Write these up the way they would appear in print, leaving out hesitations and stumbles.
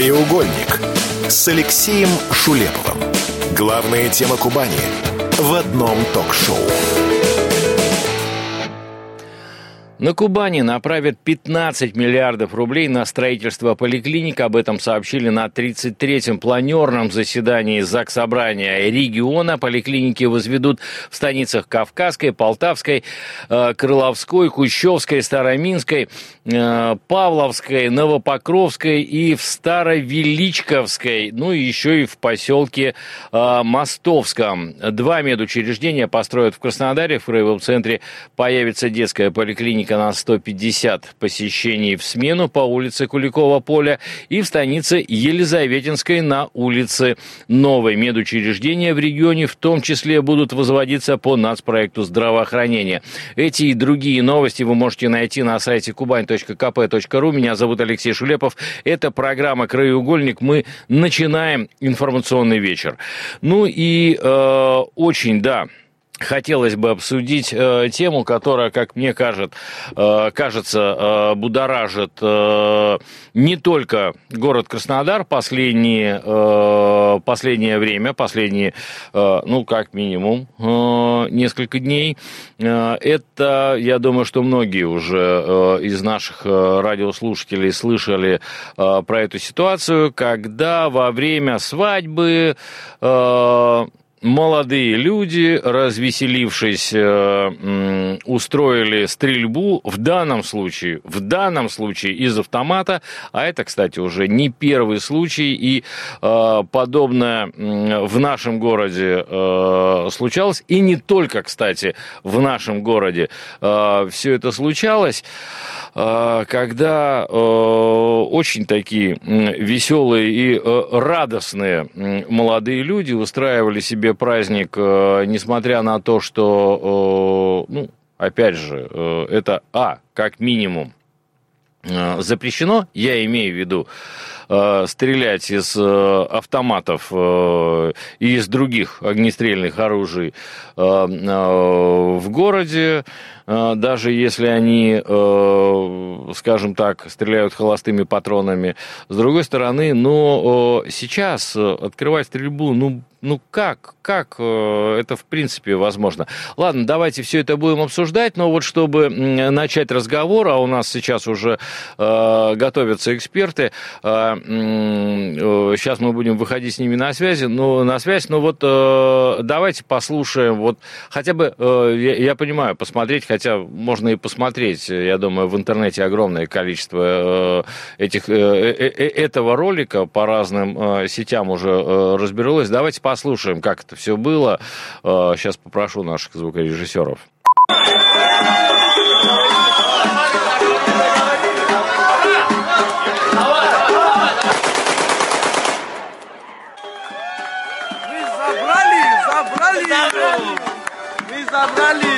«Краеугольник» с Алексеем Шулеповым. Главная тема Кубани в одном ток-шоу. На Кубани направят 15 миллиардов рублей на строительство поликлиник. Об этом сообщили на 33-м планерном заседании Заксобрания региона. Поликлиники возведут в станицах Кавказской, Полтавской, Крыловской, Кущевской, Староминской, Павловской, Новопокровской и в Старовеличковской, ну и еще и в поселке Мостовском. 2 медучреждения построят в Краснодаре. В краевом центре появится детская поликлиника на 150 посещений в смену по улице Куликова поля и в станице Елизаветинской на улице Новой. Медучреждения в регионе в том числе будут возводиться по нацпроекту здравоохранения. Эти и другие новости вы можете найти на сайте kubань.kp.ru. Меня зовут Алексей Шулепов. Это программа «Краеугольник». Мы начинаем информационный вечер. Ну и хотелось бы обсудить тему, которая, как мне кажется, будоражит не только город Краснодар последнее время, как минимум, несколько дней. Это, я думаю, что многие уже из наших радиослушателей слышали про эту ситуацию, когда во время свадьбы молодые люди, развеселившись, устроили стрельбу, в данном случае из автомата, а это, кстати, уже не первый случай, и подобное в нашем городе случалось, и не только, кстати, в нашем городе все это случалось, когда очень такие веселые и радостные молодые люди устраивали себе праздник, несмотря на то, что, опять же, это, как минимум, запрещено, я имею в виду, стрелять из автоматов и из других огнестрельных оружий в городе, даже если они, скажем так, стреляют холостыми патронами. С другой стороны, сейчас открывать стрельбу, как это в принципе возможно? Ладно, давайте все это будем обсуждать, но вот чтобы начать разговор, а у нас сейчас уже готовятся эксперты, сейчас мы будем выходить с ними на связь, давайте послушаем, хотя бы, я понимаю, посмотреть, хотя можно и посмотреть, я думаю, в интернете огромное количество этого ролика по разным сетям уже разбиралось. Давайте послушаем, как это все было. Сейчас попрошу наших звукорежиссеров. Мы забрали.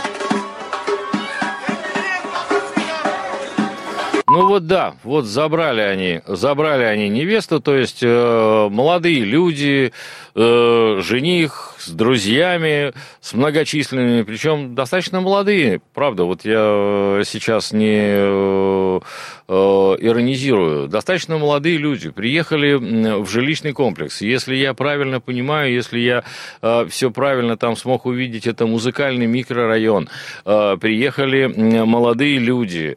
Забрали они невесту, то есть молодые люди, жених с друзьями, с многочисленными, причем достаточно молодые, правда, я сейчас не иронизирую, достаточно молодые люди приехали в жилищный комплекс. Если я правильно понимаю, если я все правильно там смог увидеть, это музыкальный микрорайон. Приехали молодые люди,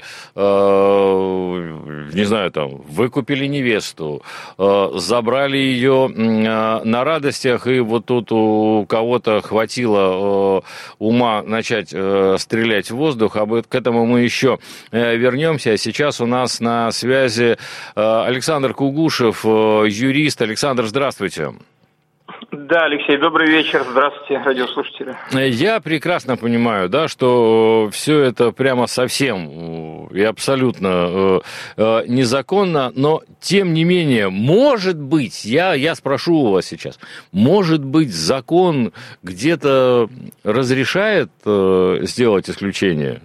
выкупили невесту, забрали ее на радостях, и вот тут у кого-то хватило ума начать стрелять в воздух. К этому мы еще вернемся. А сейчас у нас на связи Александр Кугушев, юрист. Александр, здравствуйте. Да, Алексей, добрый вечер. Здравствуйте, радиослушатели. Я прекрасно понимаю, что все это прямо совсем и абсолютно незаконно, но тем не менее, может быть, я спрошу у вас сейчас, может быть, закон где-то разрешает сделать исключение?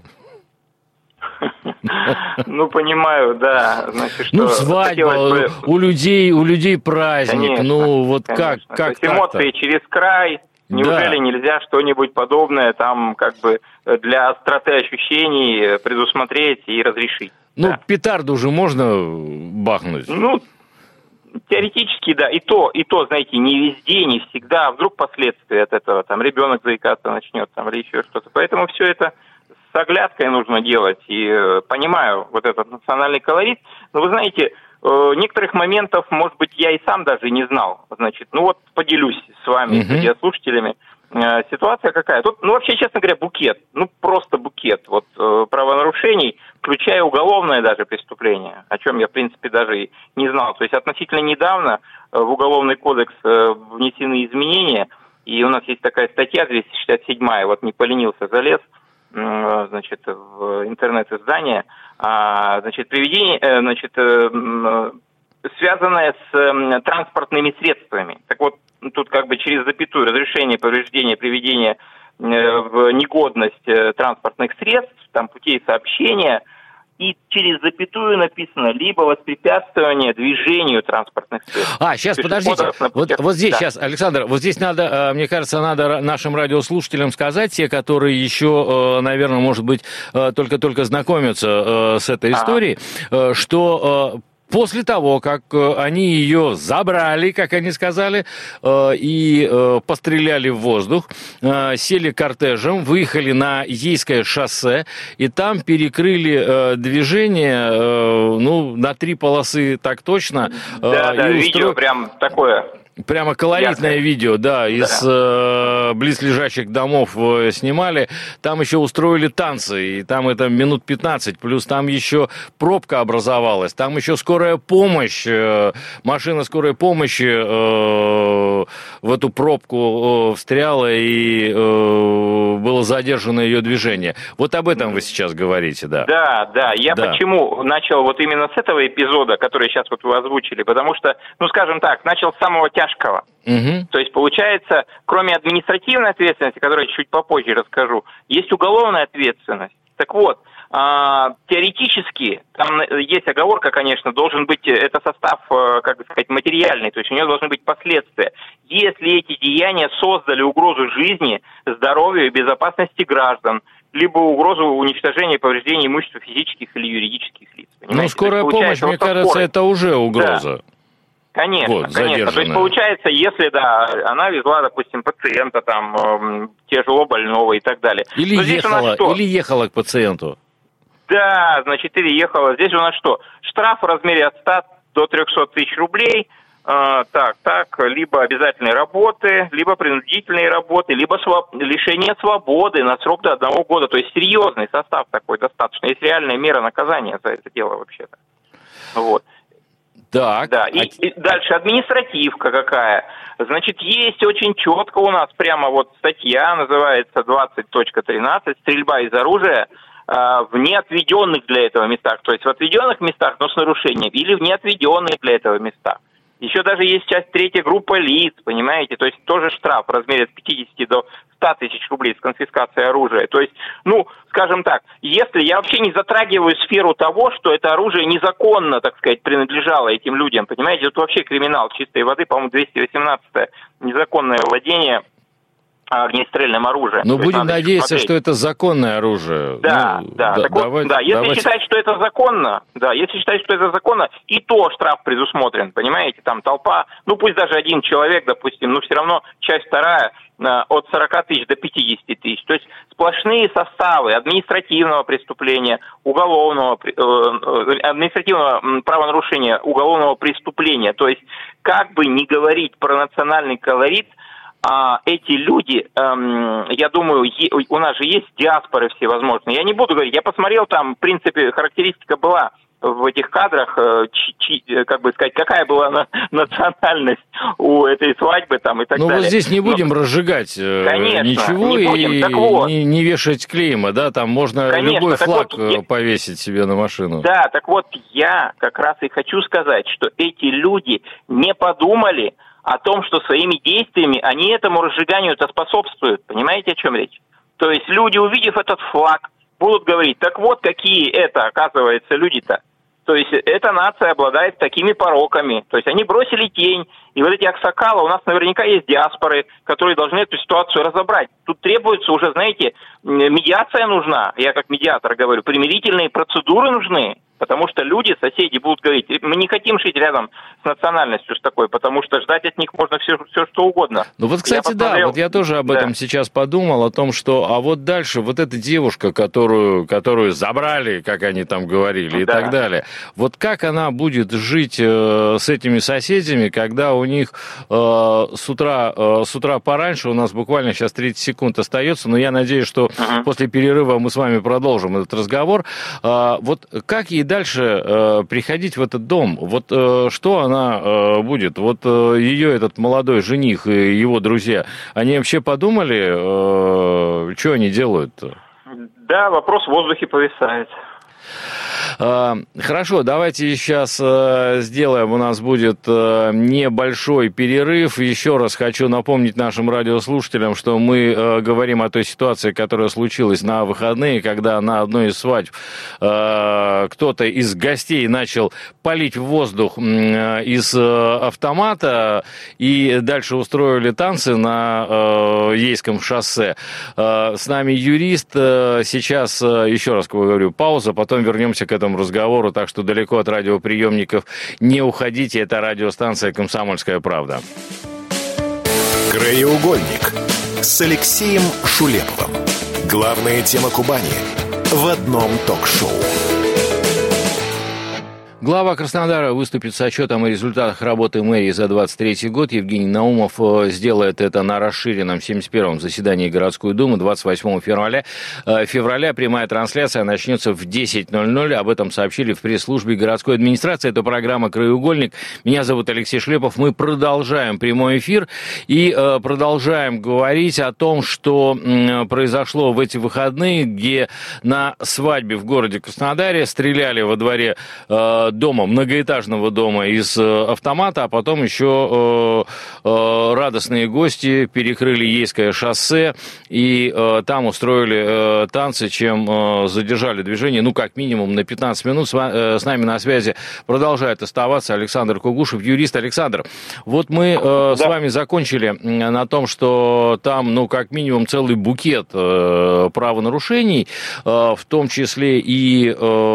Понимаю, да. Значит, что свадьба, у людей праздник, конечно, как эмоции через край. Неужели нельзя что-нибудь подобное там для остроты ощущений предусмотреть и разрешить? Петарду же можно бахнуть? Теоретически, да, и то, знаете, не везде, не всегда, а вдруг последствия от этого, там, ребенок заикаться начнет, там, или еще что-то. Поэтому все это с оглядкой нужно делать, и понимаю вот этот национальный колорит, но вы знаете, некоторых моментов, может быть, я и сам даже не знал, значит, ну вот поделюсь с вами, с радиослушателями. Ситуация какая? Тут, ну, вообще, честно говоря, букет. Ну, просто букет. Вот правонарушений, включая уголовное даже преступление, о чем я, в принципе, даже и не знал. То есть относительно недавно в Уголовный кодекс внесены изменения, и у нас есть такая статья 267-я, вот не поленился, залез, значит, в интернет-издание, значит, связанное с транспортными средствами. Так вот, тут как бы через запятую разрешение повреждения, приведения в негодность транспортных средств, там путей сообщения, и через запятую написано либо воспрепятствование движению транспортных средств. Сейчас, подождите. Вот здесь, сейчас, Александр, вот здесь надо, мне кажется, надо нашим радиослушателям сказать, те, которые еще, наверное, может быть, только-только знакомятся с этой историей, что... После того, как они ее забрали, как они сказали, и постреляли в воздух, сели кортежем, выехали на Ейское шоссе, и там перекрыли движение, ну, на 3 полосы так точно. Да, видео прям такое... Прямо колоритное видео, да, из близлежащих домов снимали. Там еще устроили танцы, и там это минут 15, плюс там еще пробка образовалась, там еще скорая помощь, машина скорой помощи в эту пробку встряла, и было задержано ее движение. Вот об этом вы сейчас говорите, да? Да, я почему начал вот именно с этого эпизода, который сейчас вот вы озвучили, потому что, ну, скажем так, начал с самого тяжкого. То есть, получается, кроме административной ответственности, которую я чуть попозже расскажу, есть уголовная ответственность. Так вот, теоретически, там есть оговорка, конечно, должен быть, это состав, как сказать, материальный, то есть у него должны быть последствия. Если эти деяния создали угрозу жизни, здоровью и безопасности граждан, либо угрозу уничтожения и повреждения имущества физических или юридических лиц. Понимаете? Ну, скорая помощь, мне кажется, это уже угроза. Да. Конечно, вот, конечно. То есть получается, если, да, она везла, допустим, пациента, там, тяжело больного и так далее. Или ехала к пациенту. Да, значит, или ехала. Здесь у нас что? Штраф в размере от 100 до 300 тысяч рублей. Либо обязательные работы, либо принудительные работы, либо лишение свободы на срок до 1 года. То есть серьезный состав такой достаточно. Есть реальная мера наказания за это дело вообще-то. Вот. Так. Да, и дальше административка какая. Значит, есть очень четко у нас прямо вот статья, называется 20.13, стрельба из оружия в неотведенных для этого местах. То есть в отведенных местах, но с нарушением, или в неотведенных для этого местах. Еще даже есть часть 3, группа лиц, понимаете, то есть тоже штраф в размере от 50 до 100 тысяч рублей с конфискацией оружия. То есть, ну, скажем так, если я вообще не затрагиваю сферу того, что это оружие незаконно, так сказать, принадлежало этим людям, понимаете, это вообще криминал чистой воды, по-моему, 218-е незаконное владение огнестрельным оружием. Но будем надеяться, что это законное оружие. Если считать, что это законно, и то штраф предусмотрен, понимаете, там толпа, ну пусть даже один человек, допустим, но все равно часть вторая от 40 тысяч до 50 тысяч. То есть сплошные составы административного преступления, административного правонарушения, уголовного преступления. То есть как бы ни говорить про национальный колорит, эти люди, я думаю, у нас же есть диаспоры всевозможные. Я не буду говорить, я посмотрел там, в принципе, характеристика была в этих кадрах, как бы сказать, какая была национальность у этой свадьбы там и так далее. Ну, вот здесь не будем разжигать ничего и не вешать клейма, да, там можно любой флаг повесить себе на машину. Да, так вот, я как раз и хочу сказать, что эти люди не подумали о том, что своими действиями они этому разжиганию-то способствуют. Понимаете, о чем речь? То есть люди, увидев этот флаг, будут говорить, так вот какие это, оказывается, люди-то. То есть эта нация обладает такими пороками. То есть они бросили тень. И вот эти аксакалы, у нас наверняка есть диаспоры, которые должны эту ситуацию разобрать. Тут требуется уже, знаете, медиация нужна. Я как медиатор говорю, примирительные процедуры нужны. Потому что люди, соседи будут говорить, мы не хотим жить рядом с национальностью с такой, потому что ждать от них можно все что угодно. Ну вот, кстати, да, вот я тоже об этом сейчас подумал, о том, что, а вот дальше вот эта девушка, которую забрали, как они там говорили, и так далее, вот как она будет жить с этими соседями, когда у них с утра пораньше, у нас буквально сейчас 30 секунд остается, но я надеюсь, что после перерыва мы с вами продолжим этот разговор. Вот как ей дальше приходить в этот дом? Вот что она будет? Вот ее этот молодой жених и его друзья, они вообще подумали, что они делают-то? Да, вопрос в воздухе повисает. Хорошо, давайте сейчас сделаем, у нас будет небольшой перерыв. Еще раз хочу напомнить нашим радиослушателям, что мы говорим о той ситуации, которая случилась на выходные, когда на одной из свадьб кто-то из гостей начал палить в воздух из автомата и дальше устроили танцы на Ейском шоссе. С нами юрист. Сейчас, еще раз говорю, пауза, потом вернемся к этому разговору, так что далеко от радиоприемников не уходите. Это радиостанция «Комсомольская правда». «Краеугольник» с Алексеем Шулеповым. Главная тема Кубани в одном ток-шоу. Глава Краснодара выступит с отчетом о результатах работы мэрии за 2023 год. Евгений Наумов сделает это на расширенном 71-м заседании городской думы 28 февраля. Прямая трансляция начнется в 10:00. Об этом сообщили в пресс-службе городской администрации. Это программа «Краеугольник». Меня зовут Алексей Шулепов. Мы продолжаем прямой эфир и продолжаем говорить о том, что произошло в эти выходные, где на свадьбе в городе Краснодаре стреляли во дворе дома, многоэтажного дома из автомата, а потом еще радостные гости перекрыли Ейское шоссе и там устроили танцы, чем задержали движение, ну, как минимум, на 15 минут. С нами на связи продолжает оставаться Александр Кугушев, юрист. Александр, вот мы с вами закончили на том, что там, ну, как минимум, целый букет правонарушений, в том числе и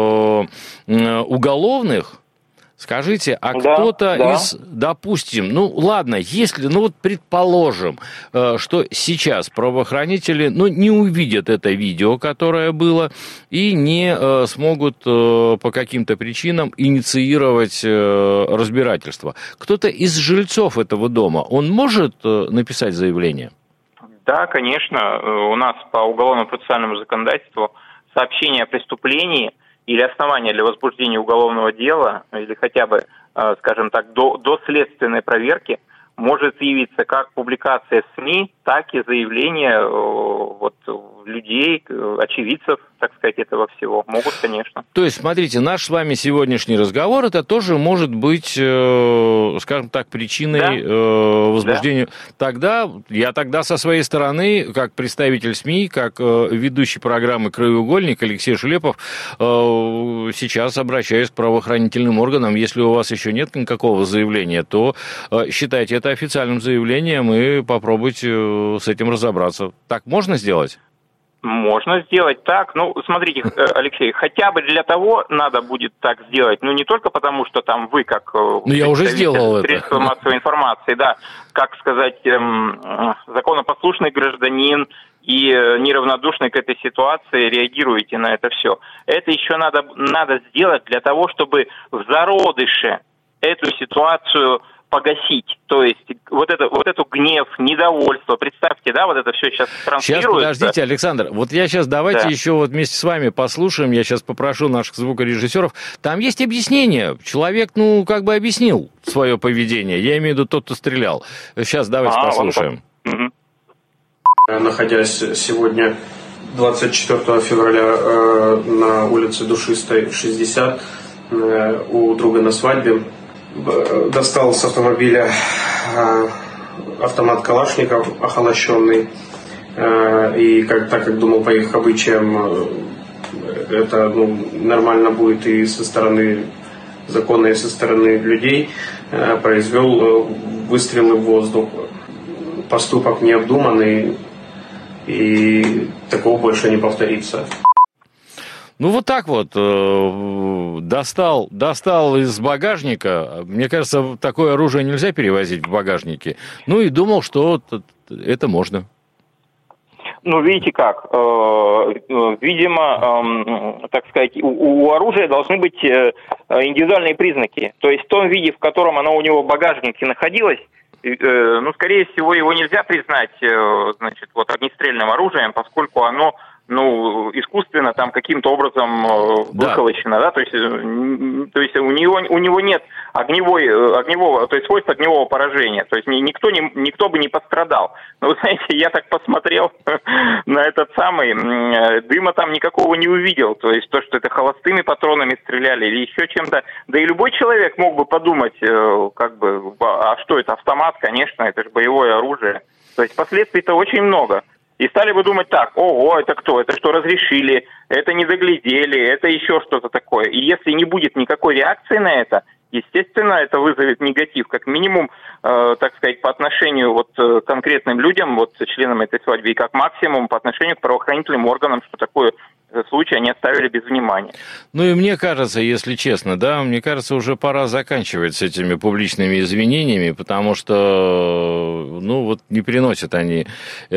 уголовных. Скажите, а кто-то из, допустим, ну ладно, если, ну вот предположим, что сейчас правоохранители, ну, не увидят это видео, которое было, и не смогут по каким-то причинам инициировать разбирательство. Кто-то из жильцов этого дома, он может написать заявление? Да, конечно. У нас по уголовно-процессуальному законодательству сообщение о преступлении или основания для возбуждения уголовного дела, или хотя бы, скажем так, до следственной проверки, может явиться как публикация в СМИ, так и заявление вот, людей, очевидцев, так сказать, этого всего. Могут, конечно. То есть, смотрите, наш с вами сегодняшний разговор, это тоже может быть, скажем так, причиной возбуждения. Да. Я тогда со своей стороны, как представитель СМИ, как ведущий программы «Краеугольник» Алексей Шулепов, сейчас обращаюсь к правоохранительным органам. Если у вас еще нет никакого заявления, то считайте это официальным заявлением и попробуйте с этим разобраться. Так можно сделать? Можно сделать так. Ну, смотрите, Алексей, хотя бы для того надо будет так сделать. Ну, не только потому, что там вы, как я уже сделал средства массовой информации, да, как сказать, законопослушный гражданин и неравнодушный к этой ситуации реагируете на это все. Это еще надо сделать для того, чтобы в зародыше эту ситуацию погасить. То есть вот эту гнев, недовольство, представьте, да, вот это все сейчас транслируется. Сейчас, подождите, Александр, вот я сейчас давайте еще вот вместе с вами послушаем, я сейчас попрошу наших звукорежиссеров, там есть объяснение, человек, ну, как бы объяснил свое поведение, я имею в виду тот, кто стрелял. Сейчас давайте послушаем. Находясь сегодня, 24 февраля, на улице Душистой, 60, у друга на свадьбе, достал с автомобиля автомат Калашников охолощенный, и так как думал по их обычаям, это нормально будет и со стороны закона, и со стороны людей, произвел выстрелы в воздух. Поступок необдуманный, и такого больше не повторится. Ну, вот так вот достал из багажника. Мне кажется, такое оружие нельзя перевозить в багажнике. Ну, и думал, что это можно. Ну, видите как, видимо, так сказать, у оружия должны быть индивидуальные признаки. То есть в том виде, в котором оно у него в багажнике находилось, ну, скорее всего, его нельзя признать, значит, вот огнестрельным оружием, поскольку оно, ну, искусственно там каким-то образом выхолощено, да, то есть у него нет огневого, то есть свойства огневого поражения, то есть никто бы не пострадал. Но, вы знаете, я так посмотрел на этот самый, дыма там никакого не увидел, то есть то, что это холостыми патронами стреляли или еще чем-то, да и любой человек мог бы подумать, как бы, а что это, автомат, конечно, это же боевое оружие, то есть последствий-то очень много. И стали бы думать так: ого, это кто? Это что, разрешили? Это не доглядели? Это еще что-то такое? И если не будет никакой реакции на это, естественно, это вызовет негатив, как минимум, так сказать, по отношению вот к конкретным людям, вот членам этой свадьбы, и как максимум по отношению к правоохранительным органам, что такое случай они оставили без внимания. Ну и мне кажется, если честно, да, мне кажется, уже пора заканчивать с этими публичными извинениями, потому что, ну, вот не приносят они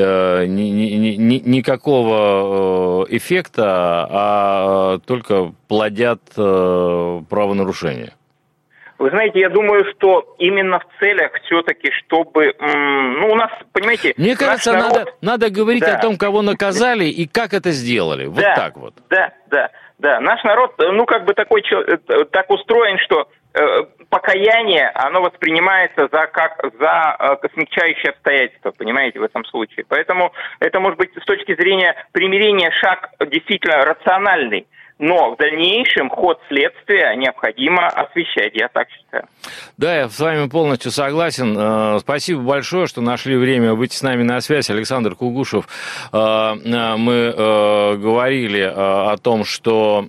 никакого эффекта, а только плодят правонарушения. Вы знаете, я думаю, что именно в целях все-таки, чтобы... Ну, у нас, понимаете... Мне кажется, надо говорить о том, кого наказали и как это сделали. Вот так вот. Да. Наш народ, ну, как бы так устроен, что покаяние, оно воспринимается за смягчающее обстоятельство, понимаете, в этом случае. Поэтому это, может быть, с точки зрения примирения шаг действительно рациональный. Но в дальнейшем ход следствия необходимо освещать, я так считаю. Да, я с вами полностью согласен. Спасибо большое, что нашли время выйти с нами на связь. Александр Кугушев. Мы говорили о том, что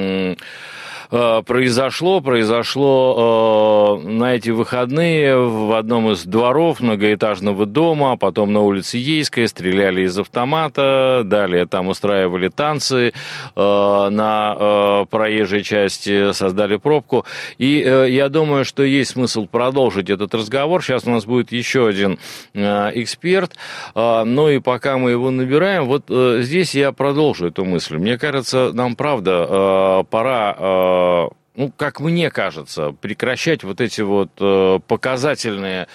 произошло на эти выходные в одном из дворов многоэтажного дома, потом на улице Ейской стреляли из автомата, далее там устраивали танцы на проезжей части, создали пробку. И я думаю, что есть смысл продолжить этот разговор. Сейчас у нас будет еще один эксперт, но и пока мы его набираем, вот здесь я продолжу эту мысль. Мне кажется, нам правда пора, ну, как мне кажется, прекращать вот эти вот показательные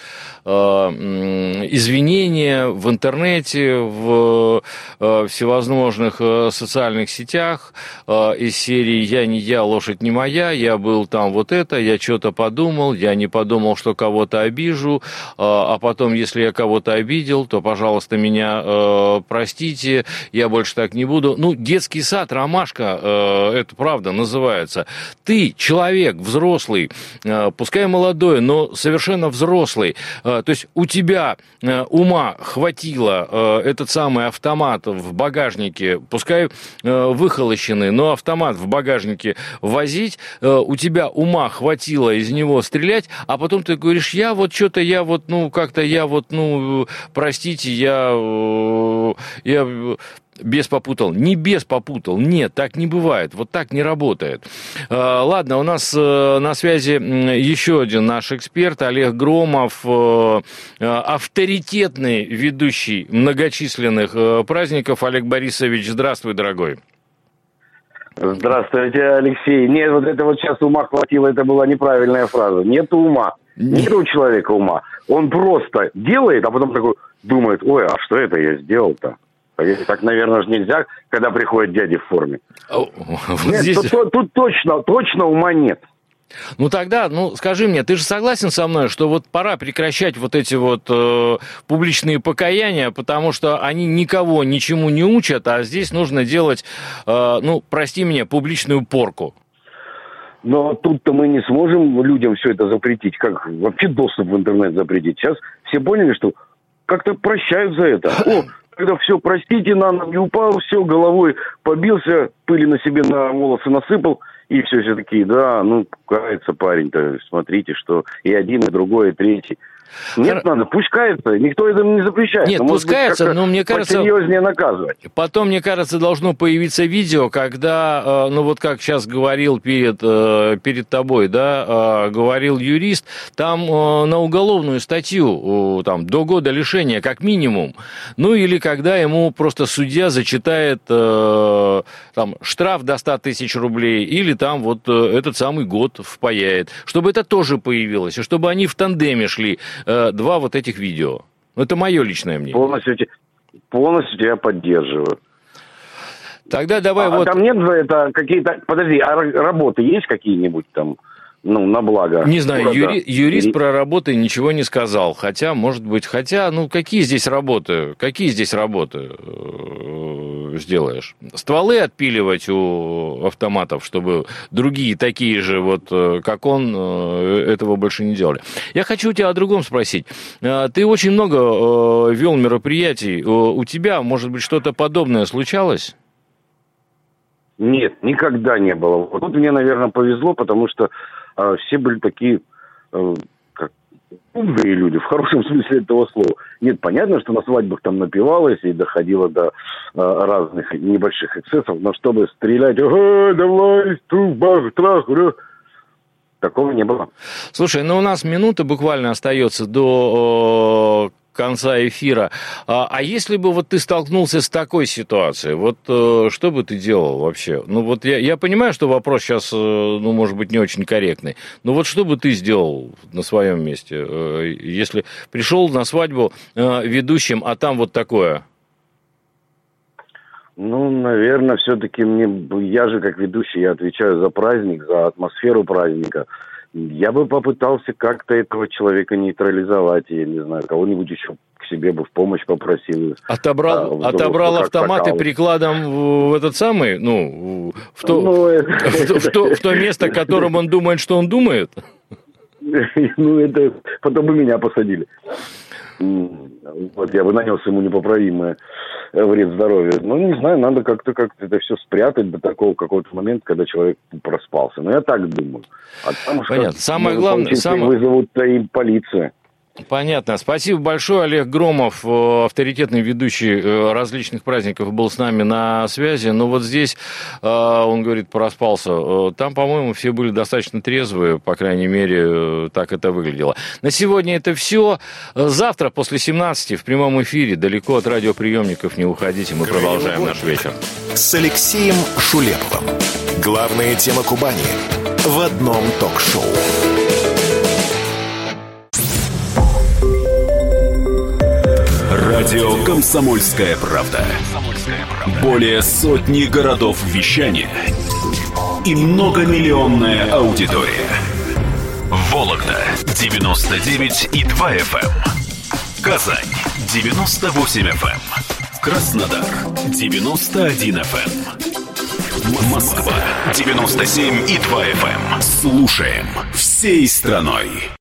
извинения в интернете, в всевозможных социальных сетях из серии «Я не я, лошадь не моя», «Я был там вот это», «Я что-то подумал», «Я не подумал, что кого-то обижу», а потом, если я кого-то обидел, то, пожалуйста, меня простите, я больше так не буду. Ну, детский сад, ромашка, это правда называется. Ты человек взрослый, пускай молодой, но совершенно взрослый, то есть у тебя ума хватило этот самый автомат в багажнике, пускай выхолощенный, но автомат в багажнике возить, у тебя ума хватило из него стрелять, а потом ты говоришь: я вот что-то, я вот, ну, как-то, я вот, ну, простите, я без попутал. Не без попутал. Нет, так не бывает. Вот так не работает. Ладно, у нас на связи еще один наш эксперт, Олег Громов, авторитетный ведущий многочисленных праздников. Олег Борисович, здравствуй, дорогой. Здравствуйте, Алексей. Нет, вот это вот сейчас ума хватило, это была неправильная фраза. Нет ума. Нет у человека ума. Он просто делает, а потом такой думает: ой, а что это я сделал-то? Так, наверное, же нельзя, когда приходят дяди в форме. Нет, здесь... тут точно ума нет. Ну тогда, скажи мне, ты же согласен со мной, что вот пора прекращать вот эти вот публичные покаяния, потому что они никого ничему не учат, а здесь нужно делать, прости меня, публичную порку. Но тут-то мы не сможем людям все это запретить. Как вообще доступ в интернет запретить? Сейчас все поняли, что как-то прощают за это. Когда все, простите, на ноги упал, все, головой побился, пыли на себе на волосы насыпал, И все такие, да, ну, кается парень-то, смотрите, что и один, и другой, и третий. Нет, надо, пусть кается, никто этому не запрещает. Нет, пусть кается, но мне кажется... Посерьезнее наказывать. Потом, мне кажется, должно появиться видео, когда, ну вот как сейчас говорил перед тобой, да, говорил юрист, там на уголовную статью, там, до года лишения, как минимум. Ну или когда ему просто судья зачитает там штраф до 100 тысяч рублей, или там вот этот самый год впаяет. Чтобы это тоже появилось, и чтобы они в тандеме шли. Два вот этих видео. Это мое личное мнение. Полностью тебя поддерживаю. Тогда давай вот... там нет же это какие-то... Подожди, а работы есть какие-нибудь там, ну, на благо? Не знаю, юрист про работы ничего не сказал. Хотя, может быть, ну, какие здесь работы сделаешь? Стволы отпиливать у автоматов, чтобы другие такие же, вот, как он, этого больше не делали. Я хочу у тебя о другом спросить. Ты очень много вел мероприятий. У тебя, может быть, что-то подобное случалось? Нет, никогда не было. Вот тут мне, наверное, повезло, потому что все были такие... как умные люди, в хорошем смысле этого слова. Нет, понятно, что на свадьбах там напивалось и доходило до разных небольших эксцессов, но чтобы стрелять, давай, бах, трах, такого не было. Слушай, ну у нас минута буквально остается до конца эфира. А если бы вот ты столкнулся с такой ситуацией, вот что бы ты делал вообще? Ну вот я понимаю, что вопрос сейчас, ну, может быть, не очень корректный, но вот что бы ты сделал на своем месте, если пришел на свадьбу ведущим, а там вот такое? Ну, наверное, все-таки я же как ведущий, я отвечаю за праздник, за атмосферу праздника. Я бы попытался как-то этого человека нейтрализовать, я не знаю, кого-нибудь еще к себе бы в помощь попросил. Отобрал автомат и прикладом в этот самый, ну, в то место, которым он думает, что он думает? Ну, это потом бы меня посадили. Вот, я бы нанес ему непоправимый вред здоровью. Ну, не знаю, надо как-то это все спрятать до такого какого-то момента, когда человек проспался. Ну, я так думаю. А там понятно. Самое главное... Вызовут-то и полицию. Понятно. Спасибо большое. Олег Громов, авторитетный ведущий различных праздников, был с нами на связи. Но вот здесь, он говорит, проспался. Там, по-моему, все были достаточно трезвые, по крайней мере, так это выглядело. На сегодня это все. Завтра после 17 в прямом эфире, далеко от радиоприемников не уходите, мы продолжаем наш вечер. С Алексеем Шулеповым. Главная тема Кубани в одном ток-шоу. Радио «Комсомольская правда». Более сотни городов вещания и многомиллионная аудитория. Вологда 99,2 FM. Казань 98 FM. Краснодар 91 FM. Москва 97,2 FM. Слушаем всей страной.